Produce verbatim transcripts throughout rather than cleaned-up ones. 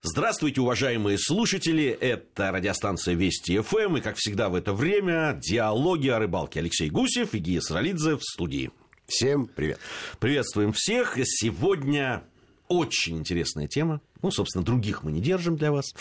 Здравствуйте, уважаемые слушатели, это радиостанция Вести эф эм, и, как всегда в это время, диалоги о рыбалке. Алексей Гусев и Гия Саралидзе в студии. Всем привет. Приветствуем всех. Сегодня очень интересная тема. Ну, собственно, других мы не держим для вас.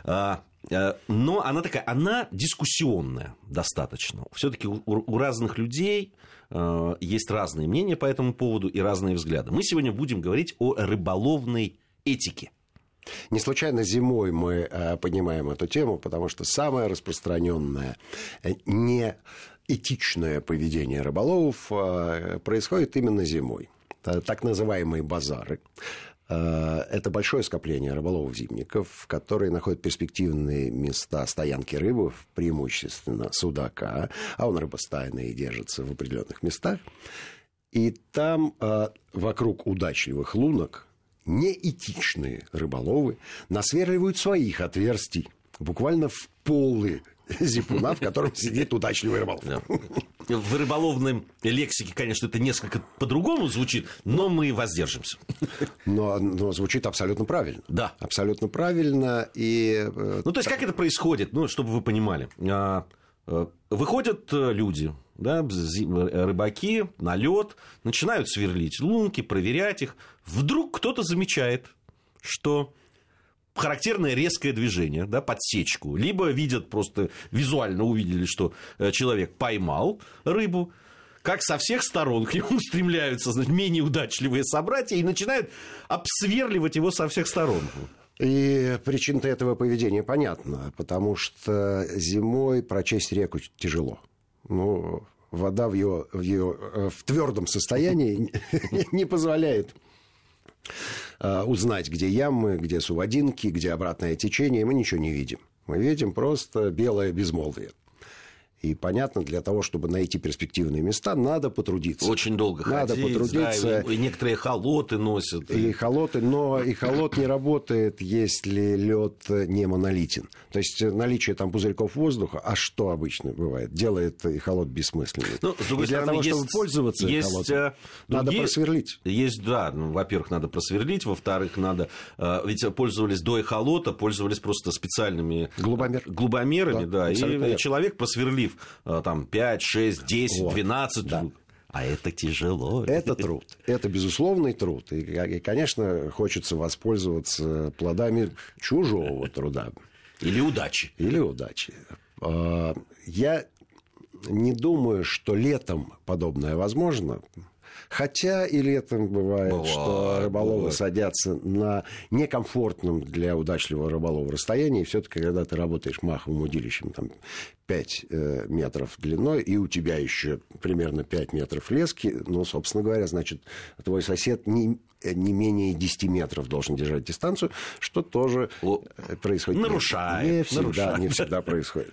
Но она такая, она дискуссионная достаточно. Все-таки у, у разных людей есть разные мнения по этому поводу и разные взгляды. Мы сегодня будем говорить о рыболовной этике. Не случайно зимой мы э, поднимаем эту тему, потому что самое распространенное э, неэтичное поведение рыболовов э, происходит именно зимой. Это так называемые базары. Э, это большое скопление рыболовов-зимников, которые находят перспективные места стоянки рыбы, преимущественно судака, а он рыбостайный и держится в определенных местах. И там э, вокруг удачливых лунок неэтичные рыболовы насверливают своих отверстий буквально в полы зипуна, в котором сидит удачливый рыболов. Да. В рыболовной лексике, конечно, это несколько по-другому звучит, но мы воздержимся. Но, но звучит абсолютно правильно. Да. Абсолютно правильно. И... Ну, то есть, как это происходит, ну, чтобы вы понимали. Выходят люди, да, рыбаки на лед, начинают сверлить лунки, проверять их. Вдруг кто-то замечает, что характерное резкое движение, да, подсечку. Либо видят просто, визуально увидели, что человек поймал рыбу, как со всех сторон к нему устремляются, значит, менее удачливые собратья и начинают обсверливать его со всех сторон. И причина-то этого поведения понятна, потому что зимой прочесть реку тяжело. Ну, вода в, ее, в, ее, в твердом состоянии не позволяет узнать, где ямы, где суводинки, где обратное течение. Мы ничего не видим. Мы видим просто белое безмолвие. И понятно, для того, чтобы найти перспективные места, надо потрудиться. Очень долго надо ходить, потрудиться. Да, и, и некоторые холоты носят. И холоты, но и холот не работает, если лед не монолитен. То есть наличие там пузырьков воздуха, а что обычно бывает, делает и холот бессмысленным. Ну, с другой и для стороны, того, есть, чтобы пользоваться есть, холотом, другие, надо просверлить. Есть, да, ну, во-первых, надо просверлить, во-вторых, надо... Ведь пользовались до эхолота, пользовались просто специальными Глубомер. глубомерами, да, да и, и человек, просверлив там пять, шесть, десять, вот. двенадцать... Да. А это тяжело. Это труд. Это безусловный труд. И, и, конечно, хочется воспользоваться плодами чужого труда. Или удачи. Или удачи. Я не думаю, что летом подобное возможно. Хотя и летом бывает, бывает что рыболовы бывает. садятся на некомфортном для удачливого рыболова расстоянии. И все-таки, когда ты работаешь маховым удилищем там, пять метров длиной, и у тебя еще примерно пять метров лески, ну, собственно говоря, значит, твой сосед не, не менее десяти метров должен держать дистанцию, что тоже О, происходит. Нарушает. Не всегда, нарушает. Не всегда происходит.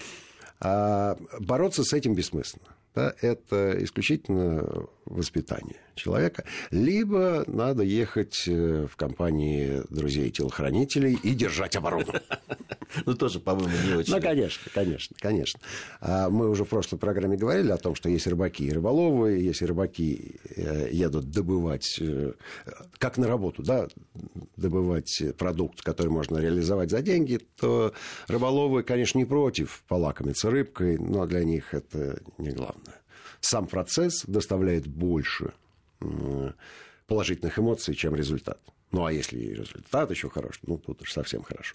А бороться с этим бессмысленно. Да, это исключительно воспитание человека. Либо надо ехать в компании друзей-телохранителей и держать оборону. Ну, тоже, по-моему, не очень. Ну, конечно, конечно, конечно. Мы уже в прошлой программе говорили о том, что есть рыбаки и рыболовы, если рыбаки едут добывать, как на работу, да, добывать продукт, который можно реализовать за деньги, то рыболовы, конечно, не против полакомиться рыбкой, но для них это не главное. Сам процесс доставляет больше положительных эмоций, чем результат. Ну, а если результат еще хорош, ну, тут уж совсем хорошо.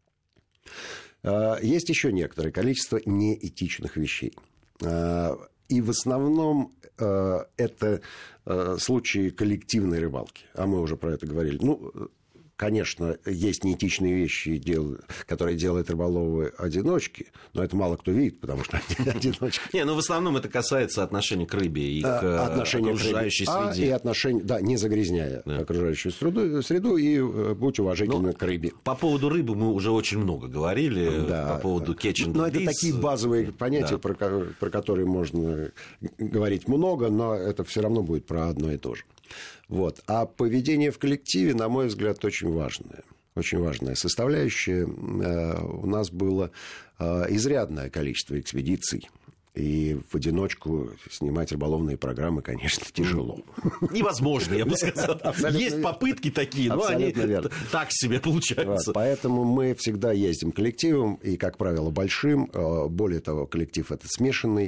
Есть еще некоторое количество неэтичных вещей. И в основном это случаи коллективной рыбалки. А мы уже про это говорили. Ну, конечно, есть неэтичные вещи, которые делают рыболовы-одиночки, но это мало кто видит, потому что они одиночки. Не, ну в основном это касается отношения к рыбе и к окружающей среде. И отношения, да, не загрязняя окружающую среду, и будь уважительны к рыбе. По поводу рыбы мы уже очень много говорили, по поводу catch and release. Но это такие базовые понятия, про которые можно говорить много, но это все равно будет про одно и то же. Вот. А поведение в коллективе, на мой взгляд, очень важное. Очень важная составляющая. У нас было изрядное количество экспедиций И в одиночку снимать рыболовные программы, конечно, тяжело. Невозможно, я бы сказал. Есть попытки такие, но они так себе получаются. Поэтому мы всегда ездим коллективом, и, как правило, большим. Более того, коллектив этот смешанный,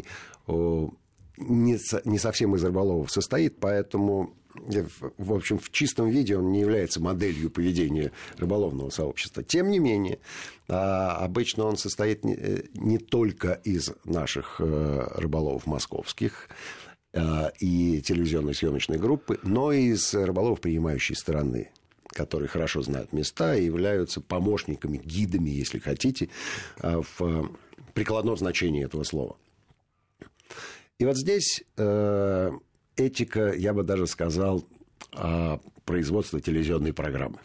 не совсем из рыболовов состоит, поэтому... В общем, в чистом виде он не является моделью поведения рыболовного сообщества. Тем не менее, обычно он состоит не только из наших рыболовов московских и телевизионной съемочной группы, но и из рыболовов принимающей страны, которые хорошо знают места и являются помощниками, гидами, если хотите, в прикладном значении этого слова. И вот здесь... Этика, я бы даже сказал, производства телевизионной программы.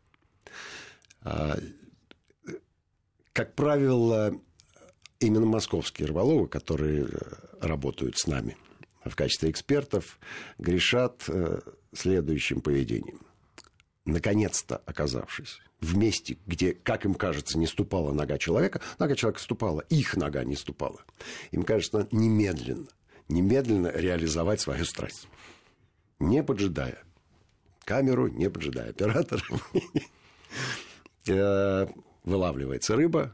Как правило, именно московские рыболовы, которые работают с нами в качестве экспертов, грешат следующим поведением. Наконец-то оказавшись в месте, где, как им кажется, не ступала нога человека, нога человека ступала, их нога не ступала. Им кажется, немедленно. немедленно реализовать свою страсть, не поджидая камеру, не поджидая оператора. Вылавливается рыба,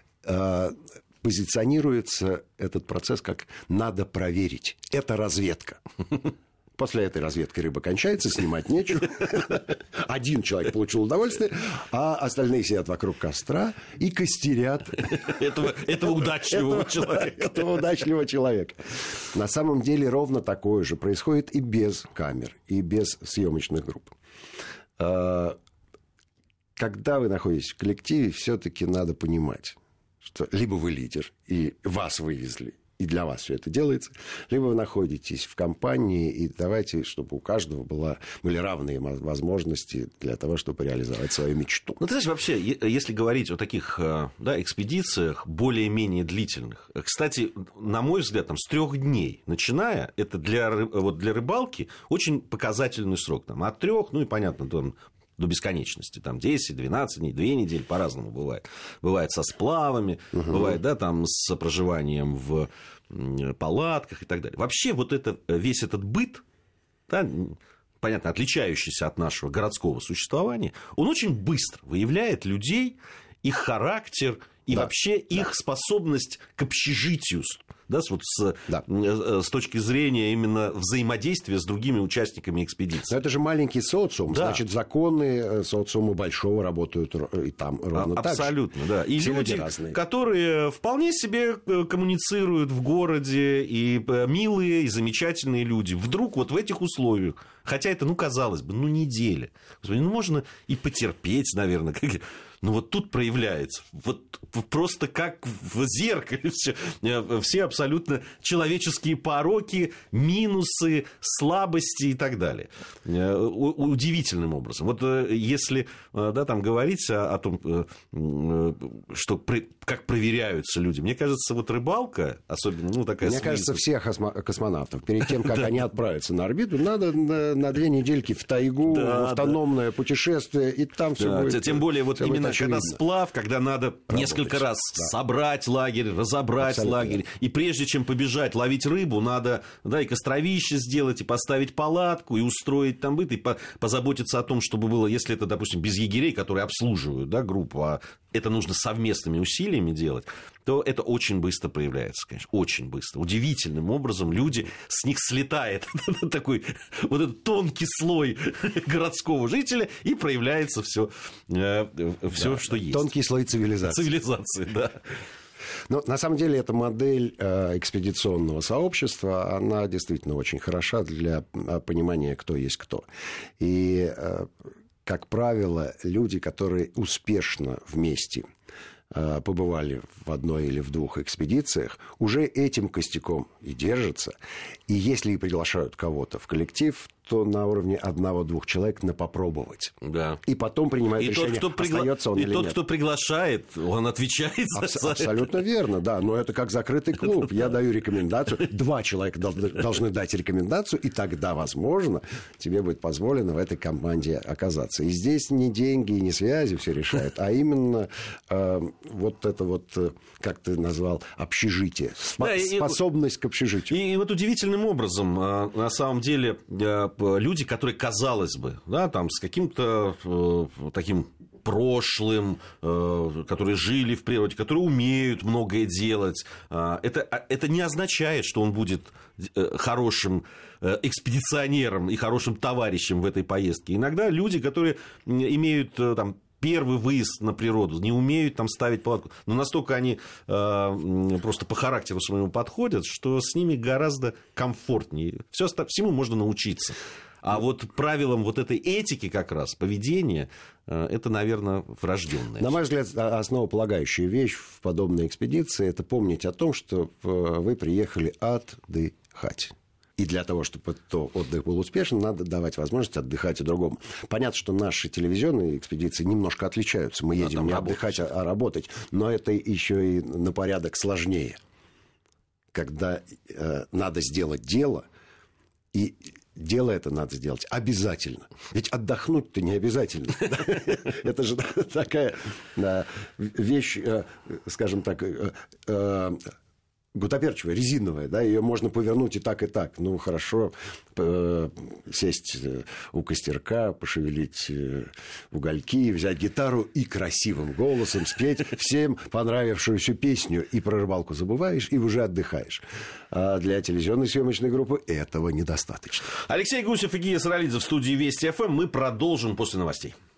позиционируется этот процесс как «надо проверить». Это разведка. После этой разведки рыба кончается, снимать нечего. Один человек получил удовольствие, а остальные сидят вокруг костра и костерят этого, этого удачливого этого, человека. Этого удачливого человека. На самом деле ровно такое же происходит и без камер, и без съемочных групп. Когда вы находитесь в коллективе, все-таки надо понимать, что либо вы лидер, и вас вывезли, и для вас все это делается, либо вы находитесь в компании, и давайте, чтобы у каждого была, были равные возможности для того, чтобы реализовать свою мечту. Ну, ты знаешь, вообще, если говорить о таких, да, экспедициях более-менее длительных, кстати, на мой взгляд, там, с трех дней начиная, это для, вот для рыбалки очень показательный срок. Там, от трех, ну и понятно, там, до бесконечности, там десять-двенадцать дней, две недели, по-разному бывает. Бывает со сплавами, угу. бывает, да, там, с проживанием в палатках и так далее. Вообще вот это, весь этот быт, да, понятно, отличающийся от нашего городского существования, он очень быстро выявляет людей, их характер и да. вообще да. их способность к общежитию, да, вот с, да. с точки зрения именно взаимодействия с другими участниками экспедиции. Но это же маленький социум, да. значит, законы социума большого работают и там ровно а, так же. Абсолютно, да. И все люди, разные. которые вполне себе коммуницируют в городе, и милые, и замечательные люди, вдруг вот в этих условиях, хотя это, ну, казалось бы, ну, неделя, ну, можно и потерпеть, наверное, но вот тут проявляется, вот просто как в зеркале все, все абсолютно человеческие пороки, минусы, слабости и так далее. Удивительным образом. Вот если, да, там говорить о, о том, что как проверяются люди, мне кажется, вот рыбалка, особенно, ну, такая... Мне кажется, всех космонавтов, перед тем, как они отправятся на орбиту, надо на две недельки в тайгу, в автономное путешествие, и там все будет... Тем более, вот именно когда сплав, когда надо несколько раз собрать лагерь, разобрать лагерь, и прежде чем побежать ловить рыбу, надо, да, и костровище сделать, и поставить палатку, и устроить там быт, и позаботиться о том, чтобы было, если это, допустим, без егерей, которые обслуживают, да, группу, а это нужно совместными усилиями делать, то это очень быстро проявляется, конечно, очень быстро. Удивительным образом люди, с них слетает такой вот этот тонкий слой городского жителя, и проявляется все, все да, что есть. Тонкий слой цивилизации. Цивилизации, да. Но на самом деле эта модель э, экспедиционного сообщества, она действительно очень хороша для понимания, кто есть кто. И, э, как правило, люди, которые успешно вместе э, побывали в одной или в двух экспедициях, уже этим костяком и держатся. И если и приглашают кого-то в коллектив, что на уровне одного-двух человек на попробовать. Да. И потом принимает и решение, тот, кто пригла... остается он и или тот, нет. кто приглашает, он отвечает за, Абс- за Абсолютно это. верно, да. Но это как закрытый клуб. Я даю рекомендацию. Два человека должны дать рекомендацию, и тогда, возможно, тебе будет позволено в этой команде оказаться. И здесь не деньги и не связи все решают, а именно э, вот это вот, как ты назвал, общежитие. Спо- Да, и, способность к общежитию. И, и вот удивительным образом, э, на самом деле, э, люди, которые, казалось бы, да, там, с каким-то э, таким прошлым, э, которые жили в природе, которые умеют многое делать, э, это, это не означает, что он будет э, хорошим э, экспедиционером и хорошим товарищем в этой поездке. Иногда люди, которые имеют э, там, первый выезд на природу, не умеют там ставить палатку, но настолько они э, просто по характеру своему подходят, что с ними гораздо комфортнее. Все, всему можно научиться. А вот правилам вот этой этики как раз, поведения, э, это, наверное, врожденное. На мой взгляд, основополагающая вещь в подобной экспедиции – это помнить о том, что вы приехали отдыхать. И для того, чтобы этот отдых был успешен, надо давать возможность отдыхать и другому. Понятно, что наши телевизионные экспедиции немножко отличаются. Мы едем не отдыхать, а, а работать. Но это еще и на порядок сложнее. Когда э, надо сделать дело, и дело это надо сделать обязательно. Ведь отдохнуть-то не обязательно. Это же такая вещь, скажем так, гутоперчивая, резиновая, да, ее можно повернуть и так, и так. Ну, хорошо, э, сесть у костерка, пошевелить э, угольки, взять гитару и красивым голосом спеть всем понравившуюся песню. И про рыбалку забываешь, и уже отдыхаешь. А для телевизионной съемочной группы этого недостаточно. Алексей Гусев и Гия Саралидзе в студии Вести ФМ. Мы продолжим после новостей.